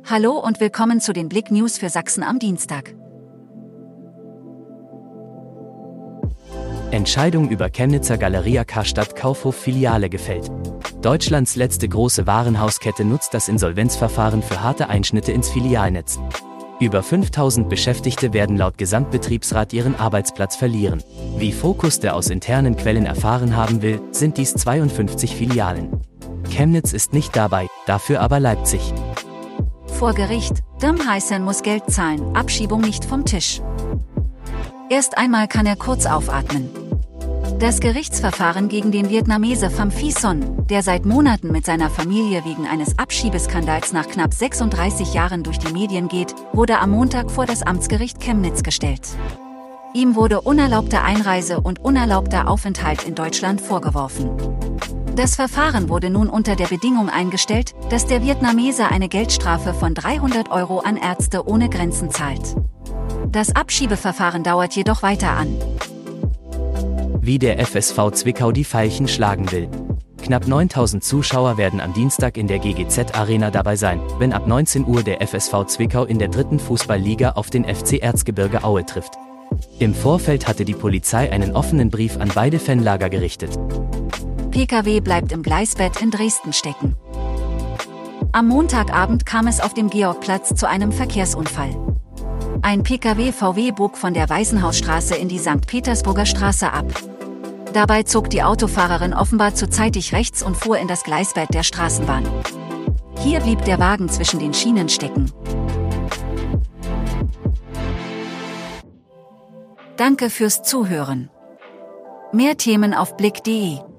Hallo und willkommen zu den Blick News für Sachsen am Dienstag. Entscheidung über Chemnitzer Galeria Karstadt Kaufhof Filiale gefällt. Deutschlands letzte große Warenhauskette nutzt das Insolvenzverfahren für harte Einschnitte ins Filialnetz. Über 5000 Beschäftigte werden laut Gesamtbetriebsrat ihren Arbeitsplatz verlieren. Wie Focus der aus internen Quellen erfahren haben will, sind dies 52 Filialen. Chemnitz ist nicht dabei, dafür aber Leipzig. Vor Gericht, Dömheißen muss Geld zahlen, Abschiebung nicht vom Tisch. Erst einmal kann er kurz aufatmen. Das Gerichtsverfahren gegen den Vietnamese Pham Phi Son, der seit Monaten mit seiner Familie wegen eines Abschiebeskandals nach knapp 36 Jahren durch die Medien geht, wurde am Montag vor das Amtsgericht Chemnitz gestellt. Ihm wurde unerlaubte Einreise und unerlaubter Aufenthalt in Deutschland vorgeworfen. Das Verfahren wurde nun unter der Bedingung eingestellt, dass der Vietnamese eine Geldstrafe von 300 € an Ärzte ohne Grenzen zahlt. Das Abschiebeverfahren dauert jedoch weiter an. Wie der FSV Zwickau die Veilchen schlagen will. Knapp 9000 Zuschauer werden am Dienstag in der GGZ-Arena dabei sein, wenn ab 19 Uhr der FSV Zwickau in der 3. Fußballliga auf den FC Erzgebirge Aue trifft. Im Vorfeld hatte die Polizei einen offenen Brief an beide Fanlager gerichtet. PKW bleibt im Gleisbett in Dresden stecken. Am Montagabend kam es auf dem Georgplatz zu einem Verkehrsunfall. Ein PKW VW bog von der Waisenhausstraße in die St. Petersburger Straße ab. Dabei zog die Autofahrerin offenbar zu zeitig rechts und fuhr in das Gleisbett der Straßenbahn. Hier blieb der Wagen zwischen den Schienen stecken. Danke fürs Zuhören. Mehr Themen auf blick.de